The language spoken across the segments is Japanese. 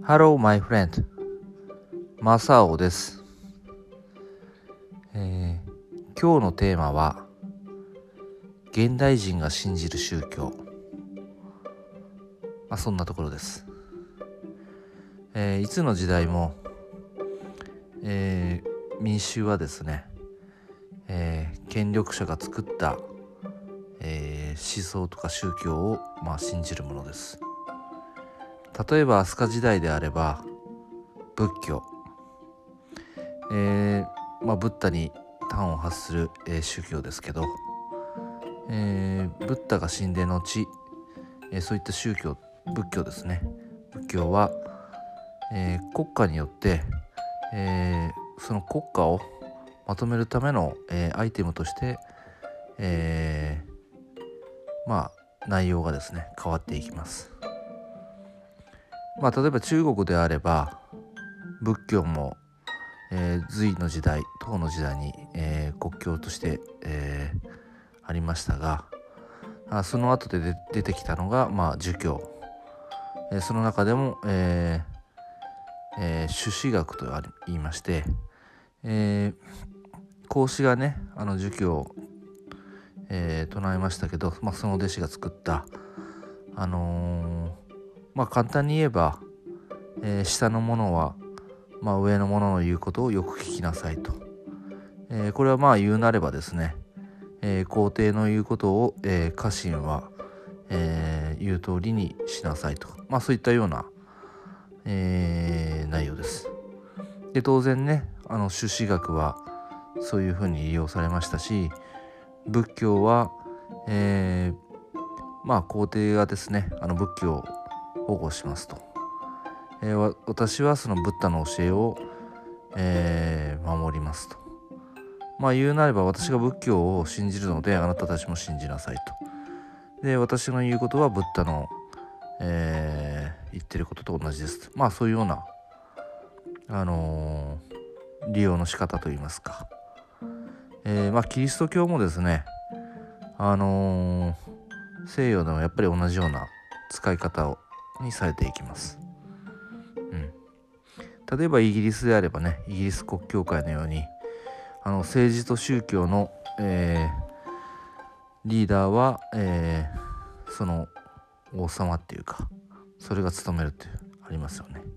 Hello, my friend. マサオです。今日のテーマは現代人が信じる宗教。そんなところです。いつの時代も、民衆はですね、権力者が作った、思想とか宗教を、信じるものです。例えば飛鳥時代であれば仏教、ブッダに端を発する、宗教ですけど、ブッダが死んで後、そういった宗教、仏教ですね。仏教は、国家によって、その国家をまとめるための、アイテムとして、内容がですね変わっていきます。例えば中国であれば仏教も、隋の時代、唐の時代に、国教として、ありましたが、その後で出てきたのが、儒教、その中でも、朱子学と言いまして、孔子がね儒教を、唱えましたけど、その弟子が作った、簡単に言えば、下の者は、上の者の言うことをよく聞きなさいと、これは言うなればですね、皇帝の言うことを、家臣は、言う通りにしなさいと、そういったような、内容です。で当然ね朱子学はそういうふうに利用されましたし、仏教は、皇帝がですね仏教を保護しますと、私はそのブッダの教えを、守りますと、言うなれば私が仏教を信じるのであなたたちも信じなさいと。で私の言うことはブッダの、言ってることと同じですと、そういうような、利用の仕方といいますか、キリスト教もですね西洋でもやっぱり同じような使い方にされていきます。例えばイギリスであればね、イギリス国教会のように政治と宗教の、リーダーは、その王様っていうかそれが務めるってありますよね。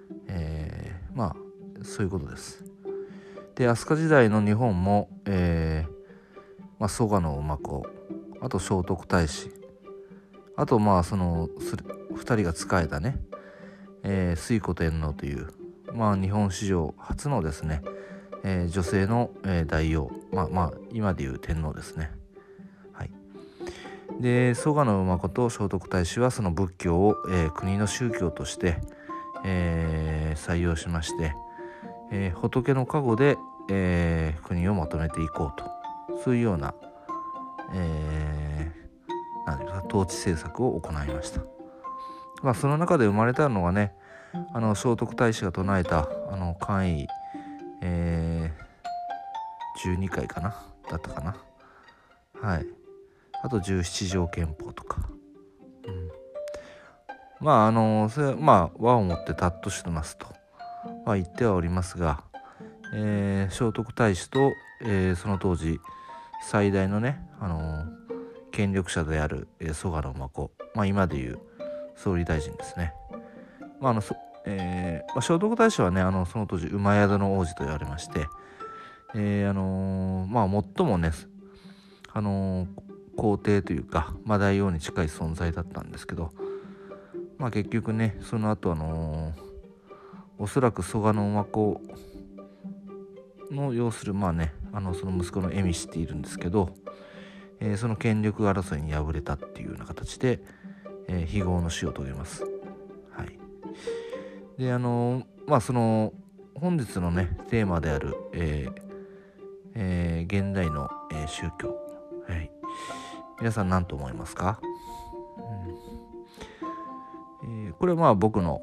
そういうことです。で飛鳥時代の日本も、蘇我の馬子、あと聖徳太子、あとその2人が仕えたね、推古天皇という、日本史上初のですね、女性の、大王、今でいう天皇ですね。で蘇我の馬子と聖徳太子はその仏教を、国の宗教として、採用しまして、仏の加護で、国をまとめていこうと、そういうような、統治政策を行いました。その中で生まれたのがね聖徳太子が唱えた官位、12回かなだったかな、あと17条憲法とか、それは和をもって尊しとなすと言ってはおりますが、聖徳太子と、その当時最大のね権力者である、蘇我の馬子、今でいう総理大臣ですね。聖徳太子はねその当時馬宿の王子と言われまして、最もね皇帝というか、大王に近い存在だったんですけど、結局ねその後おそらく蘇我の馬子の要するその息子の蝦夷っているんですけど、その権力争いに敗れたっていうような形で、非業の死を遂げます。でその本日のねテーマである、現代の、宗教、皆さん何と思いますか？これは僕の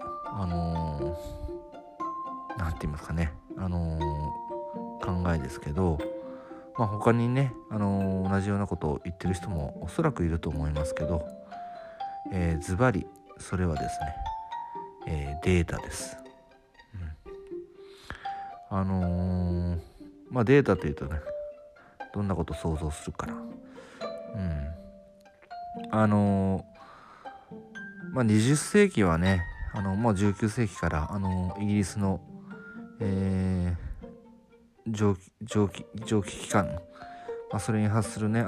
なんて言いますかね考えですけど、他にね同じようなことを言ってる人もおそらくいると思いますけど、ズバリそれはですデータです。データというとね、どんなことを想像するかな。20世紀はね、19世紀からイギリスの、蒸気機関、それに発するね、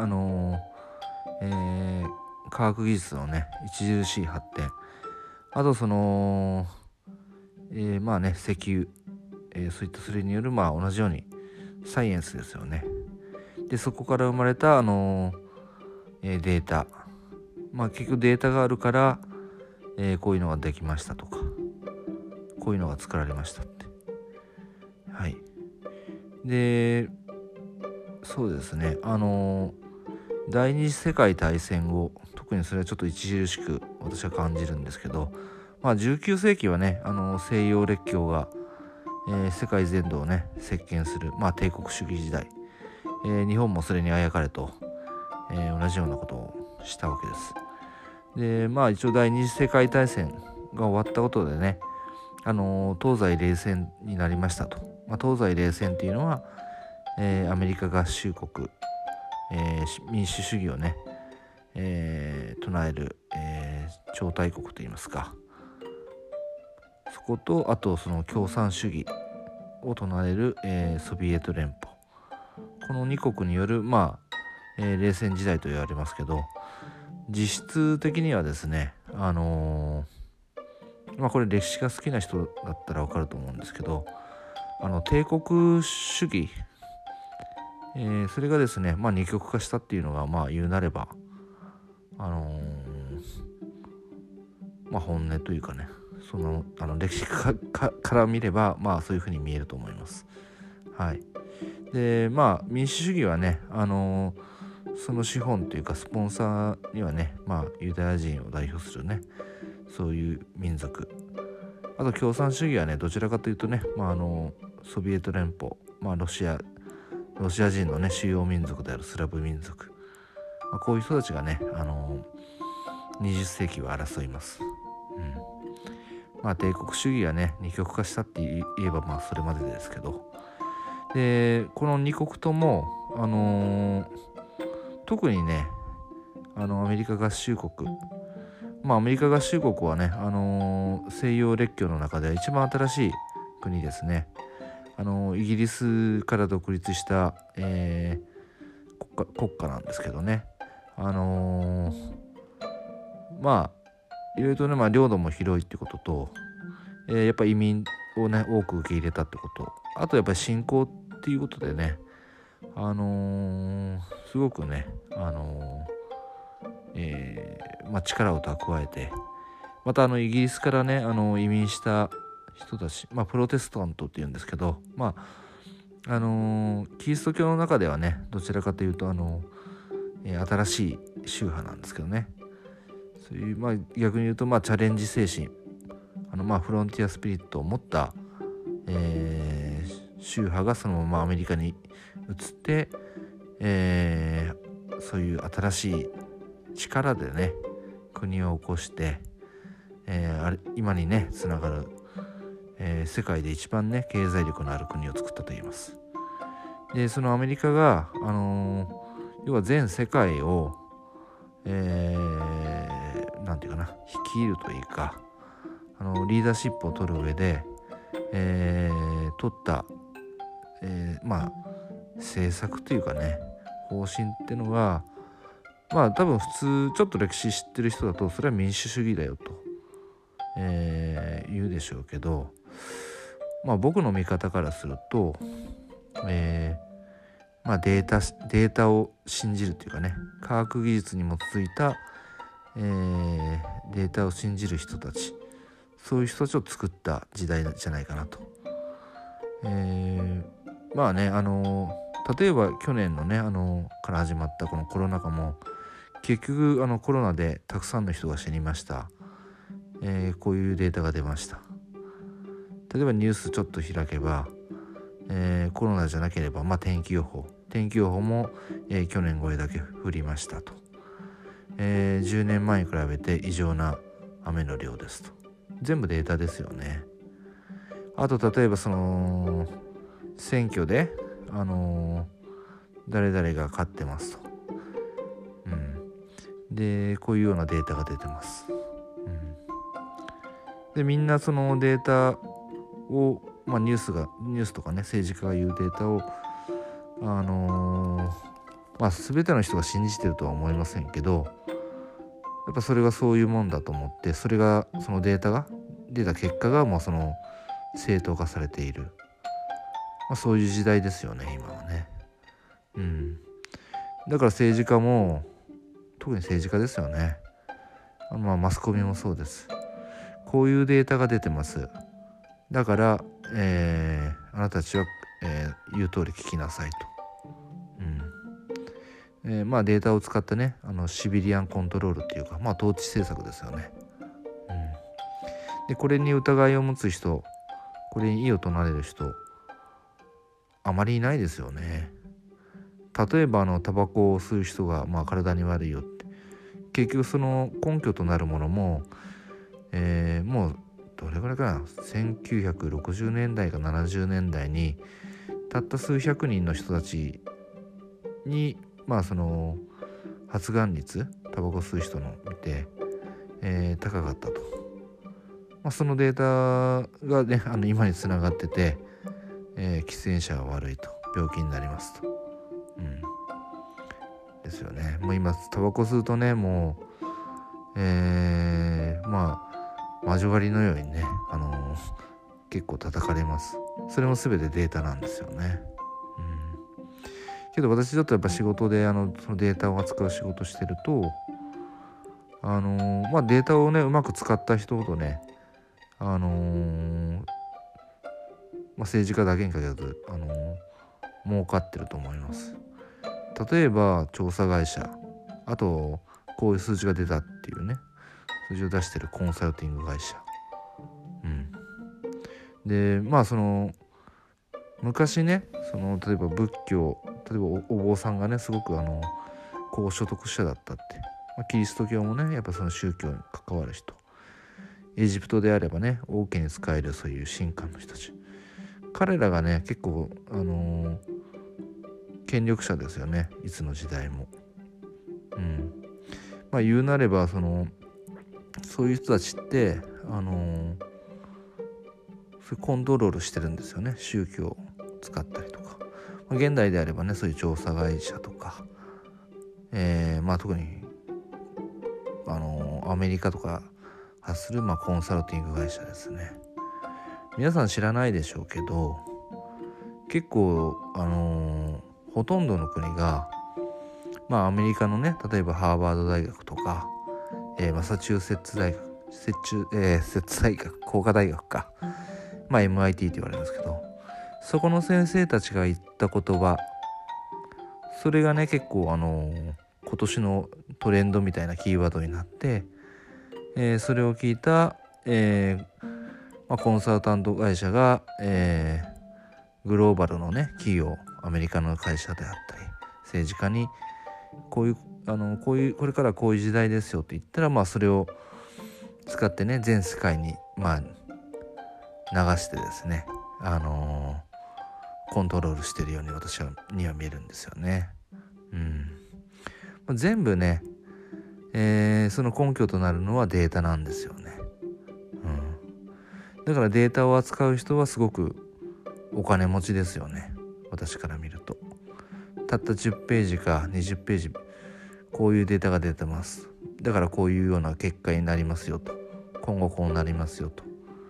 科学技術のね著しい発展、あとその、石油、そういったそれによる同じようにサイエンスですよね。でそこから生まれたデータ、結局データがあるから、こういうのができましたとか、こういうのが作られましたって。はい。でそうですね、第二次世界大戦後、特にそれはちょっと著しく私は感じるんですけど、19世紀はね、西洋列強が、世界全土をね席巻する、帝国主義時代、日本もそれにあやかれと、同じようなことをしたわけです。で一応第二次世界大戦が終わったことでね、東西冷戦になりましたと。東西冷戦っていうのは、アメリカ合衆国、民主主義をね、唱える、超大国といいますか、そこと、あとその共産主義を唱える、ソビエト連邦、この2国による、冷戦時代と言われますけど、実質的にはですね、これ歴史が好きな人だったら分かると思うんですけど、帝国主義、それがですね、二極化したっていうのが言うなれば本音というかね、その歴史から見ればそういうふうに見えると思います。はい。で民主主義はね、その資本というかスポンサーにはね、ユダヤ人を代表するね、そういう民族、あと共産主義はね、どちらかというとね、ソビエト連邦、ロシア人のね主要民族であるスラブ民族、こういう人たちがね、20世紀は争います。帝国主義がね二極化したって言えばそれまでですけど、でこの2国とも、特にねアメリカ合衆国、アメリカ合衆国はね、西洋列強の中では一番新しい国ですね。イギリスから独立した、国家なんですけどね、いろいろとね、領土も広いってことと、やっぱ移民をね多く受け入れたってこと、あとやっぱり信仰っていうことでね、すごくね、力を蓄えて、またイギリスからね移民した人たち、プロテスタントっていうんですけど、キリスト教の中ではねどちらかというと新しい宗派なんですけどね、そういう、逆に言うとチャレンジ精神、フロンティアスピリットを持った、宗派がそのままアメリカに移って、そういう新しい力でね国を起こして、今にねつながる、世界で一番ね経済力のある国を作ったと言います。でそのアメリカが、要は全世界を、なんていうかな、率いるというか、リーダーシップを取る上で、取った、政策というかね方針っていうのが、多分普通ちょっと歴史知ってる人だとそれは民主主義だよと、言うでしょうけど、僕の見方からすると、データを信じるというかね、科学技術に基づいた、データを信じる人たち、そういう人たちを作った時代じゃないかなと。例えば去年のねから始まったこのコロナ禍も結局コロナでたくさんの人が死にました。こういうデータが出ました。例えばニュースちょっと開けば、コロナじゃなければ天気予報も、去年これだけ降りましたと、10年前に比べて異常な雨の量ですと。 全部データですよね。あと例えばその選挙で誰々が勝ってますと、でこういうようなデータが出てます、でみんなそのデータを、ニュースとかね政治家が言うデータを全ての人が信じてるとは思いませんけど、やっぱそれがそういうもんだと思って、それがそのデータが出た結果がもうその正当化されている、そういう時代ですよね今はね。だから政治家も特に政治家ですよね。マスコミもそうです。こういうデータが出てます。だから、あなたたちは、言う通り聞きなさいと。データを使ったねシビリアンコントロールっていうか統治政策ですよね。でこれに疑いを持つ人、これに異を唱える人あまりいないですよね。例えばタバコを吸う人が体に悪いよって、結局その根拠となるものも、もうどれぐらいかな、1960年代か70年代にたった数百人の人たちにその発がん率、タバコ吸う人の見て、高かったと、そのデータがね今につながってて、喫煙者が悪いと病気になりますと、ですよね。もう今タバコ吸うとねもう魔女狩りのようにね結構叩かれます。それも全てデータなんですよね。けど私だとやっぱ仕事でそのデータを扱う仕事してるとデータをねうまく使った人ほどね政治家だけに限らず儲かってると思います。例えば調査会社、あとこういう数字が出たっていうね数字を出してるコンサルティング会社、でその昔ね例えば仏教、例えばお坊さんがねすごく高所得者だったって、キリスト教もねやっぱその宗教に関わる人、エジプトであればね王家に仕えるそういう神官の人たち、彼らがね結構権力者ですよね、いつの時代も。言うなればそういう人たちってそういうコントロールしてるんですよね、宗教を使ったりとか。現代であればねそういう調査会社とか、特にアメリカとか発するコンサルティング会社ですね。皆さん知らないでしょうけど結構ほとんどの国がアメリカのね例えばハーバード大学とか、マサチューセッツ大学、セッツ大学、工科大学か、MIT って言われるんですけど、そこの先生たちが言った言葉、それがね結構今年のトレンドみたいなキーワードになって、それを聞いた、コンサルタント会社が、グローバルのね企業、アメリカの会社であったり政治家にこういうこれからこういう時代ですよって言ったらそれを使ってね全世界に流してですねコントロールしてるように私には見えるんですよね。全部ね、その根拠となるのはデータなんですよね。だからデータを扱う人はすごくお金持ちですよね、私から見ると。たった10ページか20ページこういうデータが出てます、だからこういうような結果になりますよと、今後こうなりますよと。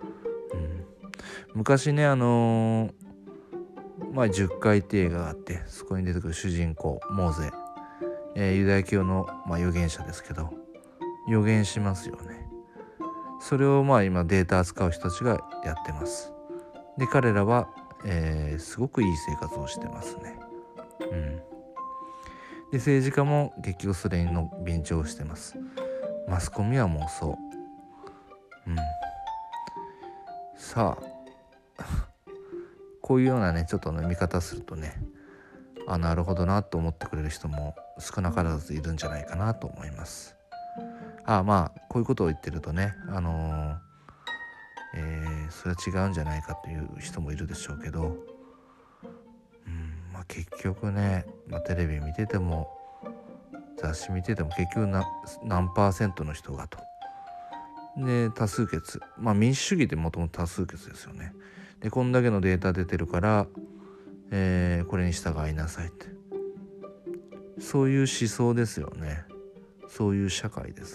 昔ね10回って映画があって、そこに出てくる主人公モーゼ、ユダヤ教の、預言者ですけど予言しますよね。それを今データ扱う人たちがやってます。で彼らは、すごくいい生活をしてますね。で政治家も結局それの便乗してます。マスコミはもうそう。さあこういうようなねちょっと見方するとね、なるほどなと思ってくれる人も少なからずいるんじゃないかなと思います。こういうことを言ってるとねそれは違うんじゃないかという人もいるでしょうけど、結局ね、テレビ見てても雑誌見てても結局何%の人がと。で多数決、民主主義ってもともと多数決ですよね。でこんだけのデータ出てるから、これに従いなさいって、そういう思想ですよね。そういう社会です。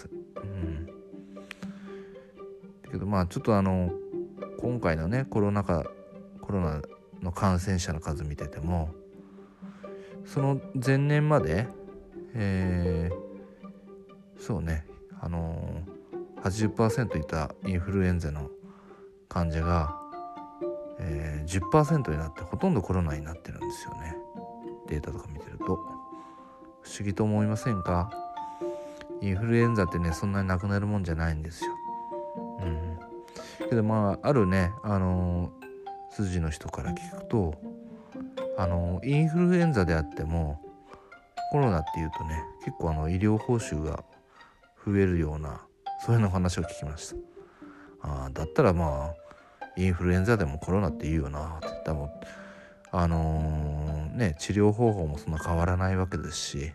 だけどちょっと今回のねコロナの感染者の数見てても、その前年まで、そうね80% いたインフルエンザの患者が、10% になってほとんどコロナになってるんですよね。データとか見てると不思議と思いませんか？インフルエンザってねそんなになくなるもんじゃないんですよ。けどあるね筋の人から聞くと、インフルエンザであってもコロナっていうとね結構医療報酬が増えるような、そういうの話を聞きました。だったらインフルエンザでもコロナって言うよなって。多分治療方法もそんな変わらないわけですし、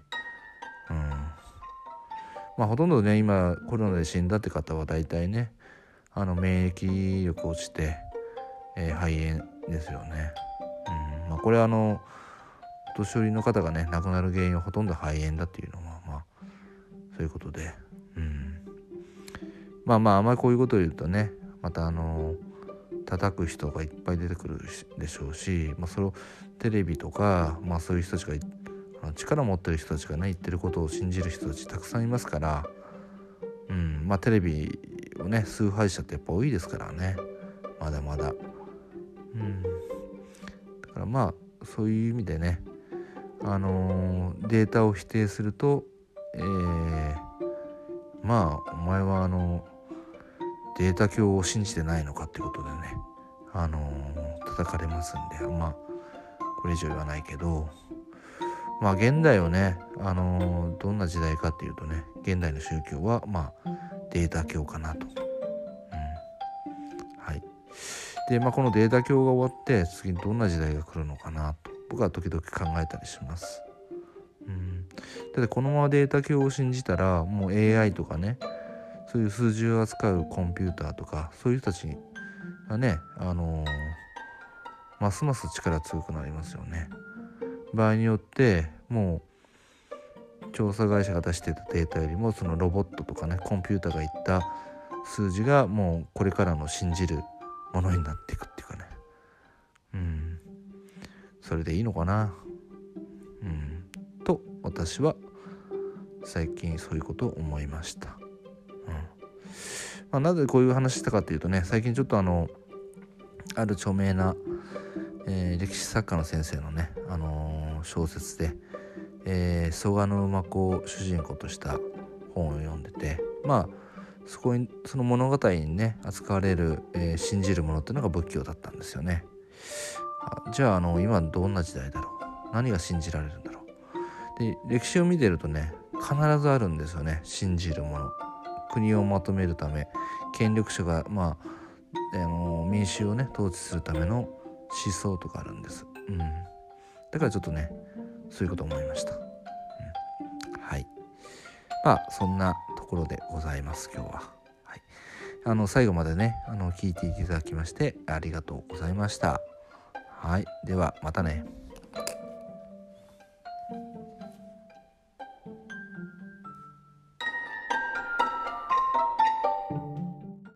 ほとんどね今コロナで死んだって方は大体ね免疫力落ちて、肺炎ですよね。これはお年寄りの方がね亡くなる原因はほとんど肺炎だっていうのはそういうことで、あんまりこういうことを言うとねまた叩く人がいっぱい出てくるでしょうし、それをテレビとか、そういう人たちが力を持ってる人たちがね言ってることを信じる人たちたくさんいますから、テレビをね崇拝者ってやっぱ多いですからね、まだまだ。だからそういう意味でねデータを否定すると、お前はデータ教を信じてないのかっていうことでね叩かれますんで、これ以上言わないけど、現代をねどんな時代かっていうとね、現代の宗教はデータ教かなと。でこのデータ教が終わって次にどんな時代が来るのかなと僕は時々考えたりします。だってこのままデータ教を信じたらもう AI とかねそういう数字を扱うコンピューターとかそういう人たちがねますます力強くなりますよね。場合によってもう調査会社が出していたデータよりもそのロボットとかねコンピューターが言った数字がもうこれからの信じるものになっていくっていうかね、それでいいのかな、と私は最近そういうことを思いました。なぜこういう話したかっていうとね、最近ちょっとある著名な、歴史作家の先生のね、小説で、蘇我馬子を主人公とした本を読んでて、そこにその物語にね扱われる、信じるものっていうのが仏教だったんですよね。じゃあ今どんな時代だろう、何が信じられるんだろう。で歴史を見てるとね必ずあるんですよね、信じるもの。国をまとめるため権力者が民衆をね統治するための思想とかあるんです。だからちょっとねそういうことを思いました。そんなところでございます今日は。最後までね聞いていただきましてありがとうございました。ではまたね。